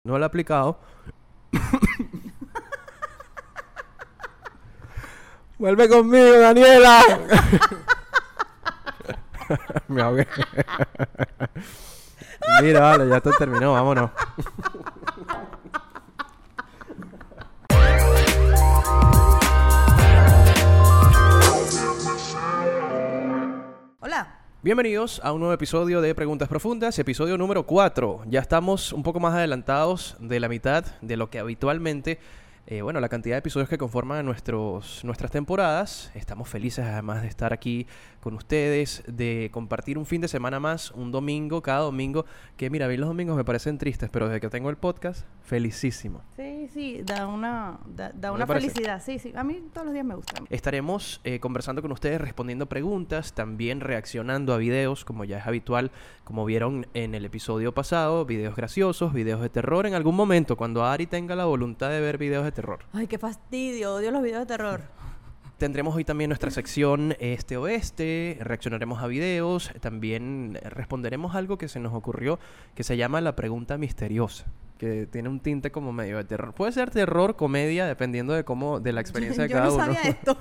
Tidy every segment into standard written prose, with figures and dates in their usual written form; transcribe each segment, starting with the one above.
No lo he aplicado. Vuelve conmigo, Daniela. Me ahogué. Mira, vale, ya esto terminó, vámonos. Hola. Bienvenidos a un nuevo episodio de Preguntas Profundas, episodio número 4. Ya estamos un poco más adelantados de la mitad de lo que habitualmente, la cantidad de episodios que conforman nuestras temporadas. Estamos felices además de estar aquí con ustedes, de compartir un fin de semana más, un domingo, cada domingo, que mira, a mí los domingos me parecen tristes, pero desde que tengo el podcast, felicísimo. Sí, da una felicidad. Sí, a mí todos los días me gustan. Estaremos conversando con ustedes, respondiendo preguntas, también reaccionando a videos, como ya es habitual, como vieron en el episodio pasado, videos graciosos, videos de terror en algún momento, cuando Ari tenga la voluntad de ver videos de terror. Ay, qué fastidio, odio los videos de terror. Tendremos hoy también nuestra sección este-oeste, reaccionaremos a videos, también responderemos algo que se nos ocurrió, que se llama la pregunta misteriosa, que tiene un tinte como medio de terror. Puede ser terror, comedia, dependiendo de la experiencia de cada uno. Yo no sabía esto.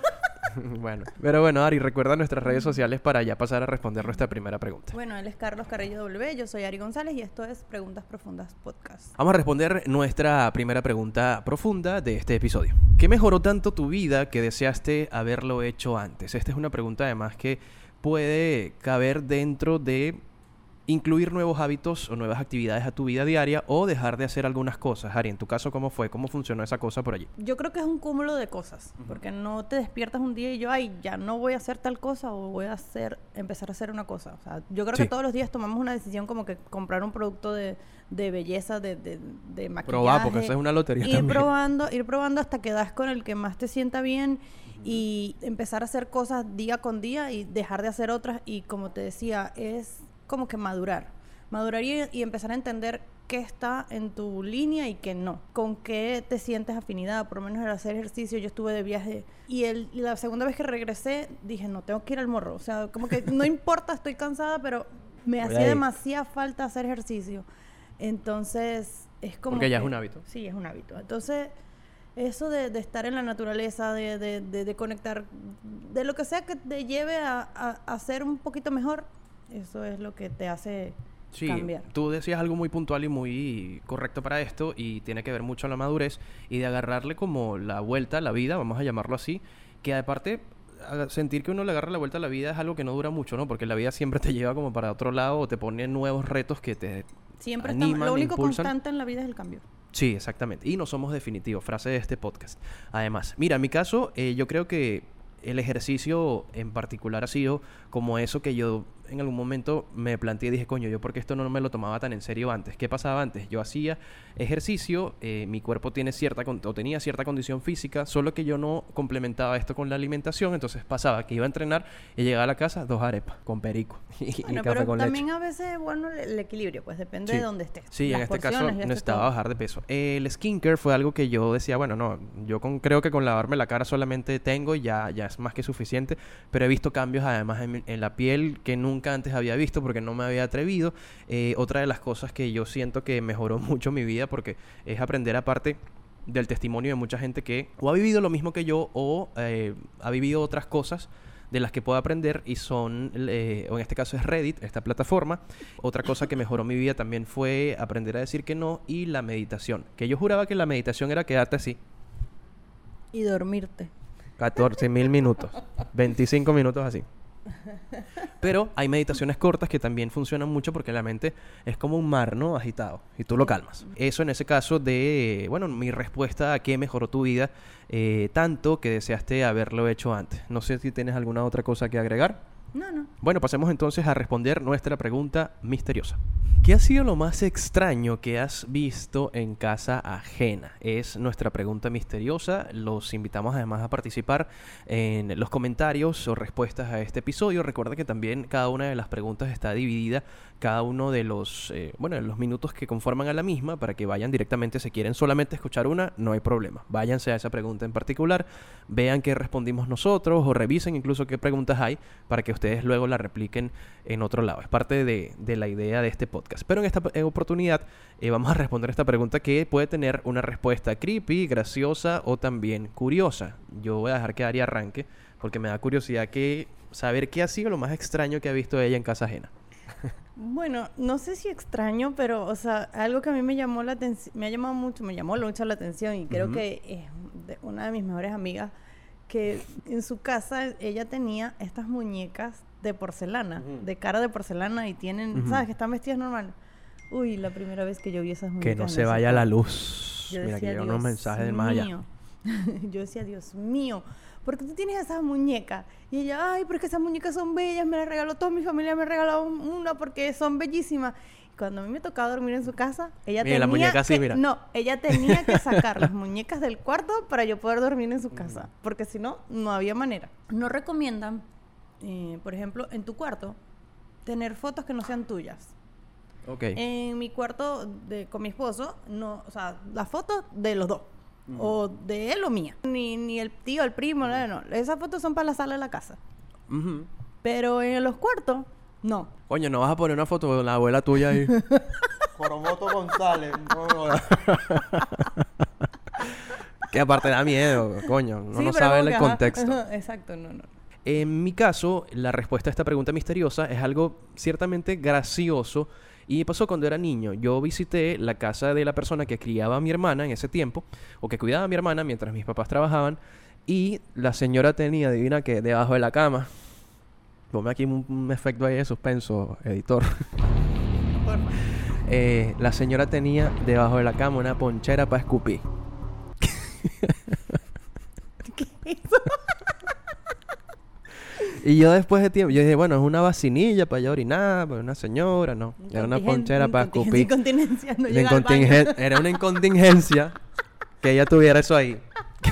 Pero bueno, Ari, recuerda nuestras redes sociales para ya pasar a responder nuestra primera pregunta. Bueno, él es Carlos Carrillo W, yo soy Ari González y esto es Preguntas Profundas Podcast. Vamos a responder nuestra primera pregunta profunda de este episodio. ¿Qué mejoró tanto tu vida que deseaste haberlo hecho antes? Esta es una pregunta además que puede caber dentro de incluir nuevos hábitos o nuevas actividades a tu vida diaria o dejar de hacer algunas cosas. Ari, en tu caso, ¿cómo fue? ¿Cómo funcionó esa cosa por allí? Yo creo que es un cúmulo de cosas, porque no te despiertas un día y ya no voy a hacer tal cosa o voy a empezar a hacer una cosa. O sea, yo creo que todos los días tomamos una decisión como que comprar un producto de belleza, de maquillaje. Probar, porque eso es una lotería también. Ir probando hasta que das con el que más te sienta bien y empezar a hacer cosas día con día y dejar de hacer otras. Y como te decía, es como que madurar y empezar a entender qué está en tu línea y qué no, con qué te sientes afinidad. Por lo menos al hacer ejercicio, yo estuve de viaje y la segunda vez que regresé dije, no, tengo que ir al morro, o sea, como que no importa, estoy cansada, pero me hacía demasiada falta hacer ejercicio. Entonces es como porque ya es un hábito. Sí, es un hábito. Entonces eso de estar en la naturaleza, de conectar, de lo que sea que te lleve a ser un poquito mejor, eso es lo que te hace cambiar. Tú decías algo muy puntual y muy correcto para esto y tiene que ver mucho a la madurez y de agarrarle como la vuelta a la vida, vamos a llamarlo así, que aparte sentir que uno le agarra la vuelta a la vida es algo que no dura mucho, ¿no? Porque la vida siempre te lleva como para otro lado o te pone nuevos retos que te siempre animan, lo único impulsan. Constante en la vida es el cambio. Sí, exactamente. Y no somos definitivos, frase de este podcast. Además, mira, en mi caso, yo creo que el ejercicio en particular ha sido como eso que yo en algún momento me planteé y dije, coño, yo porque esto no me lo tomaba tan en serio antes. ¿Qué pasaba antes? Yo hacía ejercicio, mi cuerpo tenía cierta condición física, solo que yo no complementaba esto con la alimentación, entonces pasaba que iba a entrenar y llegaba a la casa 2 arepas con perico y café pero con también leche. A veces es bueno el equilibrio, pues depende de dónde estés. Sí, en este caso necesitaba bajar de peso. El skincare fue algo que yo decía, bueno, no, yo creo que con lavarme la cara solamente tengo y ya es más que suficiente, pero he visto cambios además en la piel que nunca antes había visto porque no me había atrevido. Otra de las cosas que yo siento que mejoró mucho mi vida porque es aprender aparte del testimonio de mucha gente que o ha vivido lo mismo que yo o ha vivido otras cosas de las que puedo aprender y son, o en este caso es Reddit, esta plataforma. Otra cosa que mejoró mi vida también fue aprender a decir que no y la meditación, que yo juraba que la meditación era quedarte así y dormirte 14,000 minutos 25 minutos así. Pero hay meditaciones cortas que también funcionan mucho porque la mente es como un mar, ¿no? Agitado. Y tú lo calmas. Eso en ese caso de, mi respuesta a qué mejoró tu vida tanto que deseaste haberlo hecho antes. No sé si tienes alguna otra cosa que agregar. No. Bueno, pasemos entonces a responder nuestra pregunta misteriosa. ¿Qué ha sido lo más extraño que has visto en casa ajena? Es nuestra pregunta misteriosa. Los invitamos además a participar en los comentarios o respuestas a este episodio. Recuerda que también cada una de las preguntas está dividida, cada uno de los minutos que conforman a la misma, para que vayan directamente. Si quieren solamente escuchar una, no hay problema. Váyanse a esa pregunta en particular, vean qué respondimos nosotros o revisen incluso qué preguntas hay para que ustedes luego la repliquen en otro lado. Es parte de la idea de este podcast. Pero en esta oportunidad vamos a responder esta pregunta que puede tener una respuesta creepy, graciosa o también curiosa. Yo voy a dejar que Ari arranque porque me da curiosidad saber qué ha sido lo más extraño que ha visto ella en casa ajena. Bueno, no sé si extraño, pero, o sea, algo que a mí me llamó la atención, me llamó mucho la atención y creo que es una de mis mejores amigas, que en su casa ella tenía estas muñecas de porcelana, de cara de porcelana y tienen, ¿sabes? Que están vestidas normal. Uy, la primera vez que yo vi esas muñecas. Que no se vaya la luz. Mira, que llegan unos mensajes del más allá. Yo decía, Dios mío, ¿por qué tú tienes esas muñecas? Y ella, ay, pero es que esas muñecas son bellas, me las regaló toda mi familia, me regaló una porque son bellísimas. Y cuando a mí me tocaba dormir en su casa, ella mira, la muñeca así, mira. No, ella tenía que sacar las muñecas del cuarto para yo poder dormir en su casa, porque si no, no había manera. No recomiendan, por ejemplo, en tu cuarto, tener fotos que no sean tuyas. Okay. En mi cuarto con mi esposo, no, o sea, las fotos de los dos. O de él o mía. Ni el tío, el primo, no. Esas fotos son para la sala de la casa. Pero en los cuartos, no. Coño, ¿no vas a poner una foto de la abuela tuya ahí? Coromoto González. Que aparte da miedo, coño. Sí, No sabe el contexto. Exacto, no. En mi caso, la respuesta a esta pregunta misteriosa es algo ciertamente gracioso. Y pasó cuando era niño. Yo visité la casa de la persona que criaba a mi hermana en ese tiempo, o que cuidaba a mi hermana mientras mis papás trabajaban, y la señora tenía, adivina qué, debajo de la cama. Ponme aquí un efecto ahí de suspenso, editor. La señora tenía debajo de la cama una ponchera para escupir. ¿Qué es eso? Y yo después de tiempo, yo dije, bueno, es una vacinilla para allá orinar, para una señora, no. Era una ponchera para escupir. Incontinencia, no llega al baño. Era una incontingencia que ella tuviera eso ahí.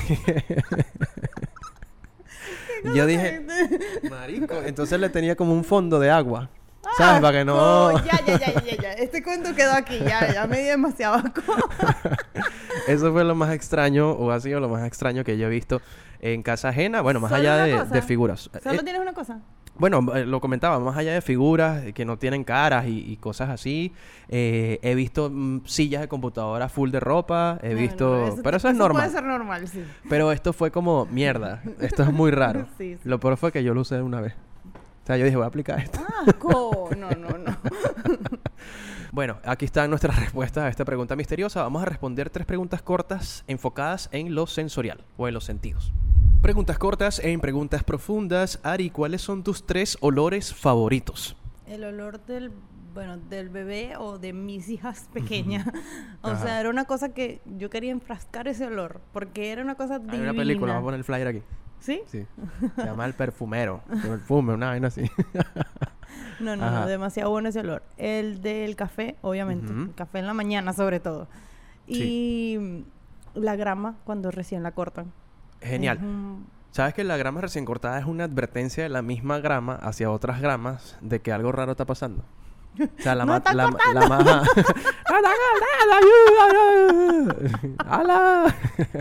Y yo dije, marico, entonces le tenía como un fondo de agua. ¿Sabes? Para que no... Ya. Este cuento quedó aquí. Ya me di demasiado asco. Eso fue lo más extraño, o ha sido lo más extraño que yo he visto en casa ajena. Bueno, más allá de figuras. ¿Solo tienes una cosa? Bueno, lo comentaba, más allá de figuras que no tienen caras y cosas así. He visto sillas de computadora full de ropa. He visto... pero eso es normal. Puede ser normal, sí. Pero esto fue como, mierda, esto es muy raro. Sí. Lo peor fue que yo lo usé una vez. O sea, yo dije, voy a aplicar esto. ¡Asco! No. Bueno, aquí están nuestras respuestas a esta pregunta misteriosa. Vamos a responder 3 preguntas cortas enfocadas en lo sensorial o en los sentidos. Preguntas cortas en preguntas profundas. Ari, ¿cuáles son tus 3 olores favoritos? El olor del bebé o de mis hijas pequeñas. O sea, era una cosa que yo quería enfrascar ese olor, porque era una cosa divina. Hay una película, vamos a poner el flyer aquí. ¿Sí? Sí. Se llama El Perfumero. El perfume, una vaina así. No, demasiado bueno ese olor. El del café, obviamente. El café en la mañana, sobre todo. Y la grama cuando recién la cortan. Genial. ¿Sabes que la grama recién cortada es una advertencia de la misma grama hacia otras gramas de que algo raro está pasando? O sea, la más... ¡Hala!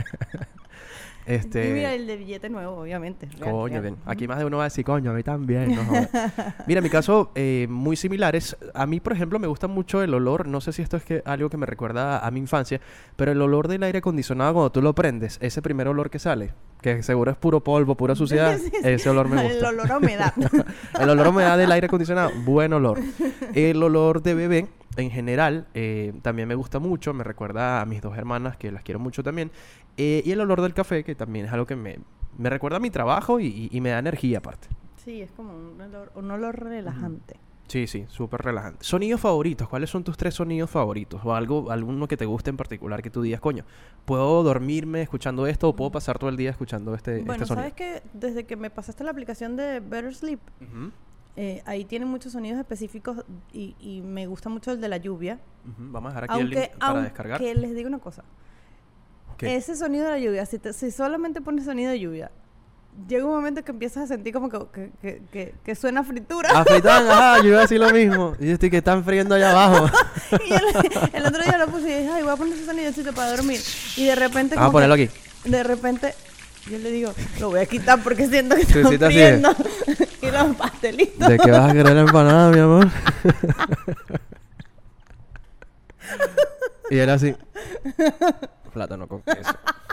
Y mira, el de billete nuevo, obviamente. Coño, bien. Aquí más de uno va a decir, coño, a mí también. No jodas. Mira, en mi caso, muy similares. A mí, por ejemplo, me gusta mucho el olor. No sé si esto es algo que me recuerda a mi infancia, pero el olor del aire acondicionado cuando tú lo prendes, ese primer olor que sale, que seguro es puro polvo, pura suciedad, Sí. ese olor me gusta. El olor a humedad. El olor a humedad del aire acondicionado, buen olor. El olor de bebé, en general, también me gusta mucho. Me recuerda a mis 2 hermanas, que las quiero mucho también. Y el olor del café, que también es algo que me recuerda a mi trabajo y me da energía aparte. Sí, es como un olor relajante. Sí, súper relajante. Sonidos favoritos. ¿Cuáles son tus 3 sonidos favoritos? O alguno que te guste en particular que tú digas, coño, ¿puedo dormirme escuchando esto o puedo pasar todo el día escuchando este Bueno, sonido? ¿sabes qué? Desde que me pasaste la aplicación de Better Sleep, ahí tienen muchos sonidos específicos y me gusta mucho el de la lluvia. Vamos a dejar aquí el link para descargar. Aunque les digo una cosa. ¿Qué? Ese sonido de la lluvia, si solamente pones sonido de lluvia, llega un momento que empiezas a sentir como que suena a fritura. A fritar, ajá, yo iba a decir lo mismo. Y yo estoy que están friendo allá abajo. Y el otro día lo puse y dije, ay, voy a poner ese sonidito para dormir. Y de repente... Vamos a ponerlo aquí. De repente... Yo le digo, lo voy a quitar porque siento que está Sí, friendo. Y Y los pastelitos. ¿De qué vas a querer la empanada, mi amor? Y él así. Plátano con queso.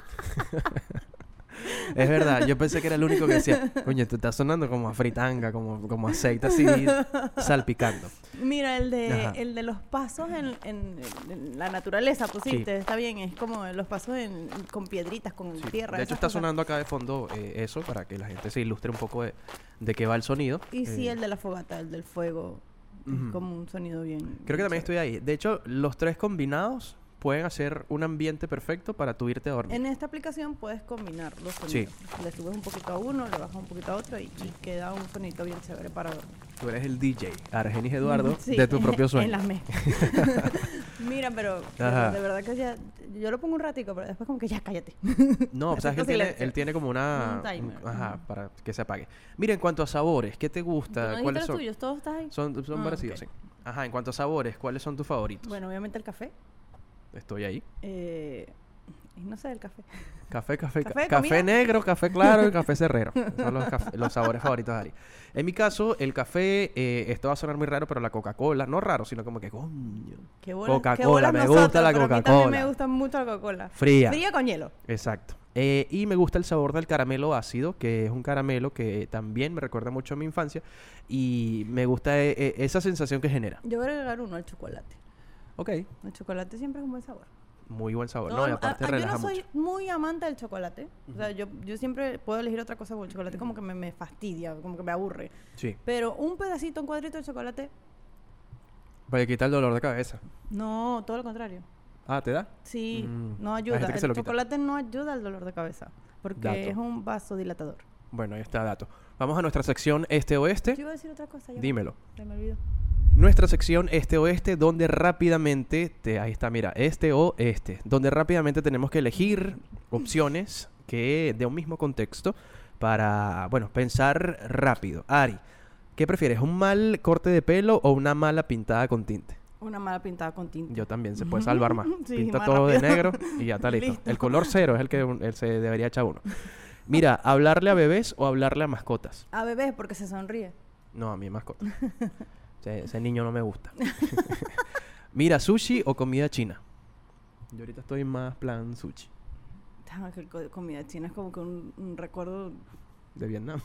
Es verdad, yo pensé que era el único que decía, coño, te está sonando como a fritanga, como aceite así salpicando. Mira, Ajá. el de los pasos en la naturaleza pusiste, Sí. está bien, es como los pasos con piedritas, con Sí. tierra. De hecho, esas está cosas. sonando acá de fondo eso para que la gente se ilustre un poco de qué va el sonido. Y sí, el de la fogata, el del fuego, Ujú. es como un sonido bien. Creo que bien también estoy chévere. ahí. De hecho, los tres combinados pueden hacer un ambiente perfecto para tu irte a dormir. En esta aplicación puedes combinar los sonidos. Le subes un poquito a uno, le bajas un poquito a otro y queda un sonito bien chévere para dormir. Tú eres el DJ, Argenis Eduardo, Sí, de tu propio En sueño. las mezclas. Mira, pero Ajá. de verdad que ya... Yo lo pongo un ratico, pero después como que ya, cállate. No, sabes que él silencio. tiene como una... Un timer. Ajá, para que se apague. Mira, en cuanto a sabores, ¿qué te ¿Tú gusta? no dijiste ¿Cuáles los son? tuyos? ¿Todos estás ahí? Son Ah, parecidos, ok. sí. Ajá, en cuanto a sabores, ¿cuáles son tus favoritos? Bueno, obviamente el café. Estoy ahí. Y no sé, el café. Café, Café, café comida. negro, café claro y café cerrero. Son los sabores favoritos de Ari. En mi caso, el café, esto va a sonar muy raro, pero la Coca-Cola, no raro, sino como que coño. Qué bolas, Coca-Cola, qué bolas me nosotros, gusta la pero a mí Coca-Cola. también me gusta mucho la Coca-Cola. Fría. Fría con hielo. Exacto. Y me gusta el sabor del caramelo ácido, que es un caramelo que también me recuerda mucho a mi infancia. Y me gusta esa sensación que genera. Yo voy a agregar uno al chocolate. Ok. El chocolate siempre es un buen sabor. Muy buen sabor. No, No, y aparte relaja yo no soy mucho. muy amante del chocolate. O sea, yo siempre puedo elegir otra cosa con el chocolate como que me fastidia, como que me aburre. Sí. Pero un pedacito, un cuadrito de chocolate, Para quitar el dolor de cabeza. no, todo lo contrario. Ah, ¿te da? Sí, Mm. no Hay ayuda. gente que El se lo quita. chocolate no ayuda al dolor de cabeza. Porque Dato. es un vasodilatador. Bueno, ahí está el dato. Vamos a nuestra sección este-oeste. Yo iba a decir otra cosa. Ya Dímelo. Se me olvidó. Nuestra sección este-oeste, donde rápidamente, ahí está, mira, este o este, donde rápidamente tenemos que elegir opciones que de un mismo contexto para, bueno, pensar rápido. Ari, ¿qué prefieres? ¿Un mal corte de pelo o una mala pintada con tinte? Una mala pintada con tinta. Yo también, se puede salvar más. Sí, Pinta más todo de rápido. negro y ya está listo. Listo. El color cero es el que él se debería echar uno. Mira, ¿hablarle a bebés o hablarle a mascotas? A bebés porque se sonríe. No, a mi mascota. Ese niño no me gusta. Mira, ¿sushi o comida china? Yo ahorita estoy más plan sushi. Ah, que comida china es como que un recuerdo. De Vietnam.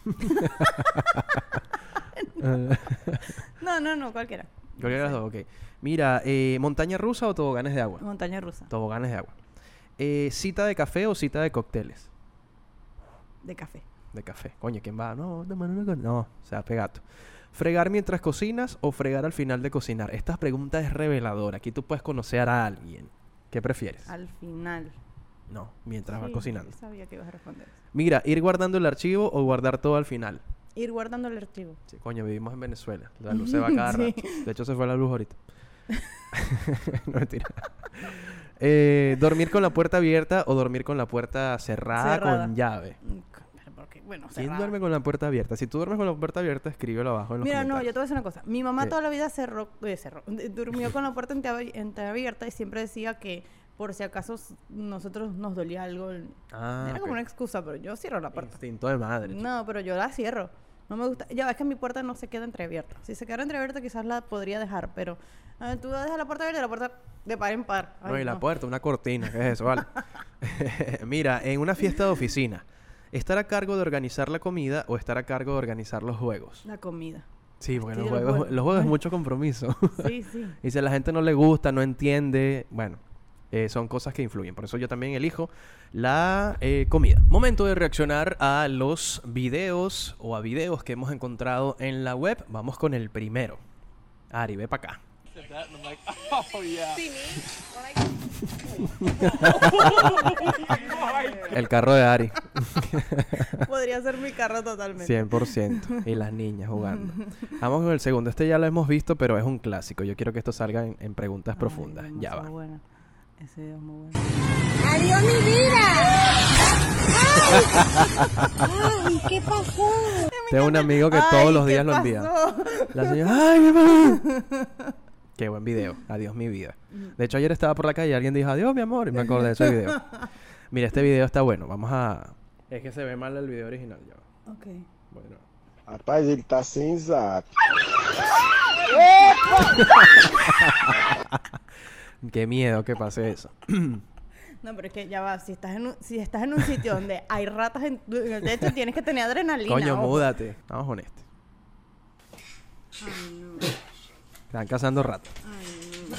No, cualquiera. Cualquiera de las dos, ok. Mira, ¿montaña rusa o toboganes de agua? Montaña rusa. Toboganes de agua. ¿Cita de café o cita de cócteles? De café. De café. Coño, ¿quién va? No, no, o sea, pegato. ¿Fregar mientras cocinas o fregar al final de cocinar? Esta pregunta es reveladora. Aquí tú puedes conocer a alguien. ¿Qué prefieres? Al final. No, mientras vas Sí, cocinando. yo sabía que ibas a responder eso. Mira, ¿ir guardando el archivo o guardar todo al final? Ir guardando el archivo. Sí, coño, vivimos en Venezuela. La luz se va cada Sí. rato. De hecho, se fue la luz ahorita. No, mentira. ¿Dormir con la puerta abierta o dormir con la puerta cerrada, Cerrada. con llave? Pero porque, bueno, ¿Quién cerrada. duerme con la puerta abierta? Si tú duermes con la puerta abierta, escríbelo abajo en los Mira, no, yo comentarios. te voy a decir una cosa. Mi mamá ¿Qué? toda la vida durmió con la puerta entreabierta y siempre decía que por si acaso nosotros nos dolía algo. Ah, Era ok. como una excusa, pero yo cierro la puerta. Instinto de madre. No, pero yo la cierro. No me gusta. Ya ves que mi puerta no se queda entreabierta. Si se queda entreabierta quizás la podría dejar, pero tú dejas la puerta abierta y la puerta de par en par. No, Ay, y la no. puerta, una cortina, ¿qué es eso? Vale. Mira, en una fiesta de oficina, ¿estar a cargo de organizar la comida o estar a cargo de organizar los juegos? La comida. Sí, porque Sí, los juegos es mucho compromiso. Sí, sí. Y si a la gente no le gusta, no entiende, bueno, son cosas que influyen. Por eso yo también elijo la comida. Momento de reaccionar a los videos o a videos que hemos encontrado en la web. Vamos con el primero. Ari, ve para acá. El carro de Ari. Podría ser mi carro totalmente. 100%. Y las niñas jugando. Vamos con el segundo. Este ya lo hemos visto, pero es un clásico. Yo quiero que esto salga en preguntas profundas. Ay, Ya demasiado va. buena. Ese video es muy bueno. ¡Adiós, mi vida! ¡Ay, qué pasó! Tengo un amigo que Ay, todos los ¿qué días lo envía. pasó? La señora, ¡ay, qué pasó! Qué buen video. Adiós, mi vida. De hecho, ayer estaba por la calle y alguien dijo, adiós, mi amor. Y me acordé de ese video. Mira, este video está bueno. Vamos a... Es que se ve mal el video original. Ya va. Ok. Bueno, Rapaz, ele tá sem zap. Qué miedo que pase eso. No, pero es que ya va, si estás en un sitio donde hay ratas en el techo, tienes que tener adrenalina. Coño, ojo. múdate. Vamos con este. Ay, no. Están cazando ratas. Ay,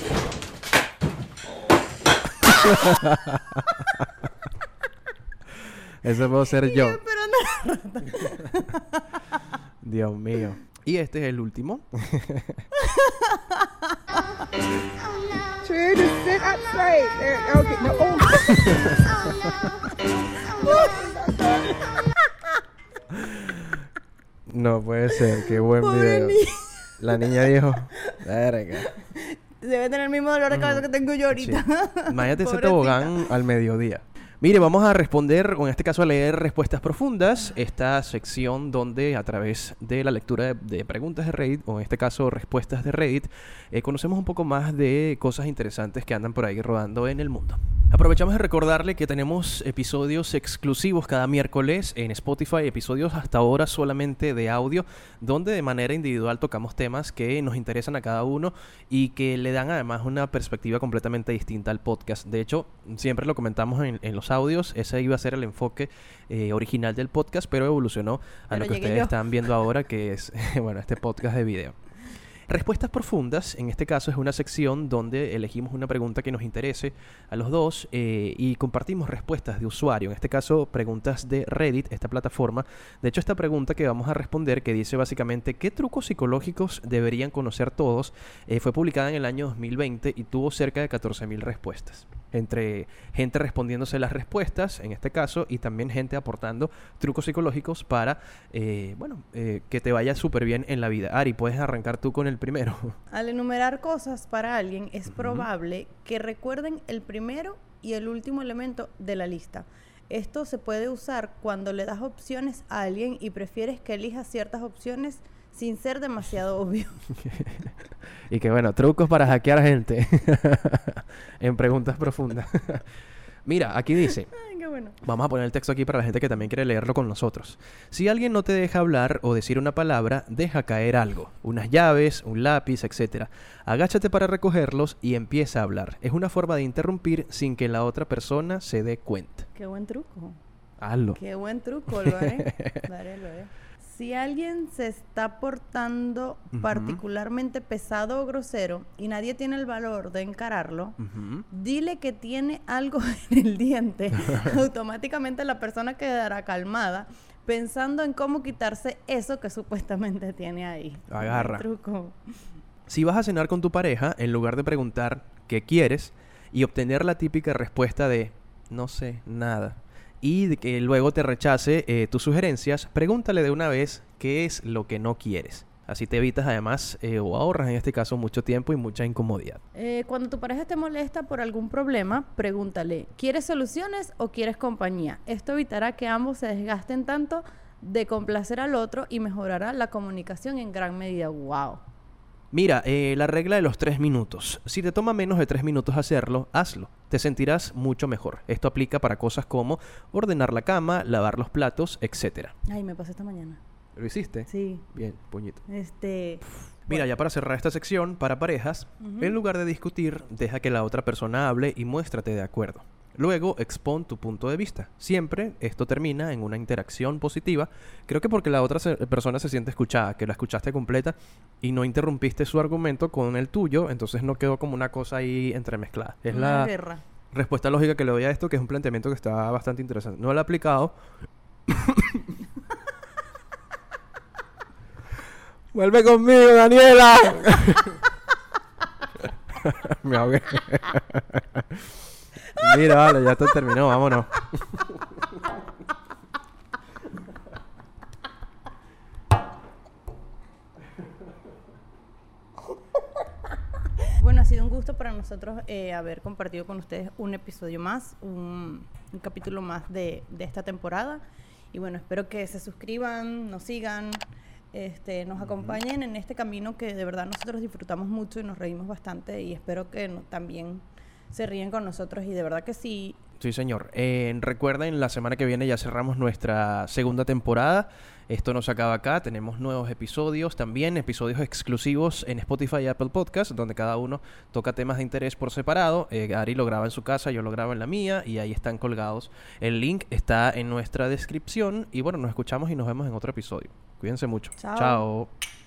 Ese puedo ser yo. no. Pero no. Dios mío. Y este es el último. Try to sit up straight. There, okay, no. No puede ser. Qué buen Pobre video. niño. La niña dijo... Verga. Debe tener el mismo dolor de cabeza que tengo yo ahorita. Sí. Imagínate ese Pobrecita. tobogán al mediodía. Mire, vamos a responder, o en este caso a leer respuestas profundas, esta sección donde a través de la lectura de preguntas de Reddit, o en este caso respuestas de Reddit, conocemos un poco más de cosas interesantes que andan por ahí rodando en el mundo. Aprovechamos de recordarle que tenemos episodios exclusivos cada miércoles en Spotify, episodios hasta ahora solamente de audio, donde de manera individual tocamos temas que nos interesan a cada uno y que le dan además una perspectiva completamente distinta al podcast. De hecho, siempre lo comentamos en los audios, ese iba a ser el enfoque original del podcast, pero evolucionó a Pero lo que llegué ustedes yo. están viendo ahora, que es bueno, este podcast de video. Respuestas profundas, en este caso es una sección donde elegimos una pregunta que nos interese a los dos y compartimos respuestas de usuario, en este caso preguntas de Reddit, esta plataforma. De hecho, esta pregunta que vamos a responder, que dice básicamente ¿qué trucos psicológicos deberían conocer todos?, fue publicada en el año 2020 y tuvo cerca de 14.000 respuestas. Entre gente respondiéndose las respuestas, en este caso, y también gente aportando trucos psicológicos para, que te vaya súper bien en la vida. Ari, puedes arrancar tú con el primero. Al enumerar cosas para alguien, es probable que recuerden el primero y el último elemento de la lista. Esto se puede usar cuando le das opciones a alguien y prefieres que elija ciertas opciones sin ser demasiado obvio. Y que bueno, trucos para hackear gente en preguntas profundas. Mira, aquí dice, Ay, qué bueno. vamos a poner el texto aquí para la gente que también quiere leerlo con nosotros. Si alguien no te deja hablar o decir una palabra, deja caer algo. Unas llaves, un lápiz, etc. Agáchate para recogerlos y empieza a hablar. Es una forma de interrumpir sin que la otra persona se dé cuenta. Qué buen truco. Hazlo. Qué buen truco, lo haré. Lo haré, lo haré. Si alguien se está portando particularmente pesado o grosero y nadie tiene el valor de encararlo, dile que tiene algo en el diente. Automáticamente la persona quedará calmada pensando en cómo quitarse eso que supuestamente tiene ahí. Agarra. Buen truco. Si vas a cenar con tu pareja, en lugar de preguntar qué quieres y obtener la típica respuesta de no sé, nada, y de que luego te rechace tus sugerencias, pregúntale de una vez qué es lo que no quieres. Así te evitas además o ahorras en este caso mucho tiempo y mucha incomodidad. Cuando tu pareja te molesta por algún problema, pregúntale, ¿quieres soluciones o quieres compañía? Esto evitará que ambos se desgasten tanto de complacer al otro y mejorará la comunicación en gran medida. ¡Wow! Mira, la regla de los 3 minutos. Si te toma menos de 3 minutos hacerlo, hazlo. Te sentirás mucho mejor. Esto aplica para cosas como ordenar la cama, lavar los platos, etc. Ay, me pasó esta mañana. ¿Lo hiciste? Sí. Bien, puñito. Bueno. Mira, ya para cerrar esta sección, para parejas, en lugar de discutir, deja que la otra persona hable y muéstrate de acuerdo. Luego, expón tu punto de vista. Siempre esto termina en una interacción positiva. Creo que porque la otra persona se siente escuchada, que la escuchaste completa y no interrumpiste su argumento con el tuyo, entonces no quedó como una cosa ahí entremezclada. Es Una la guerra. respuesta lógica que le doy a esto, que es un planteamiento que está bastante interesante. No lo he aplicado. ¡Vuelve conmigo, Daniela! Me ahogué. Mira, vale, ya esto terminó, vámonos. Bueno, ha sido un gusto para nosotros haber compartido con ustedes un episodio más, un capítulo más de esta temporada. Y bueno, espero que se suscriban, nos sigan, nos acompañen en este camino que de verdad nosotros disfrutamos mucho y nos reímos bastante. Y espero que también se ríen con nosotros. Y de verdad que si Sí, señor. Recuerden, la semana que viene ya cerramos nuestra segunda temporada. Esto no se acaba acá. Tenemos nuevos episodios también, episodios exclusivos en Spotify y Apple Podcast, donde cada uno toca temas de interés por separado. Ari lo graba en su casa, yo lo grabo en la mía, y ahí están colgados. El link está en nuestra descripción. Y bueno, nos escuchamos y nos vemos en otro episodio. Cuídense mucho. Chao. Chao.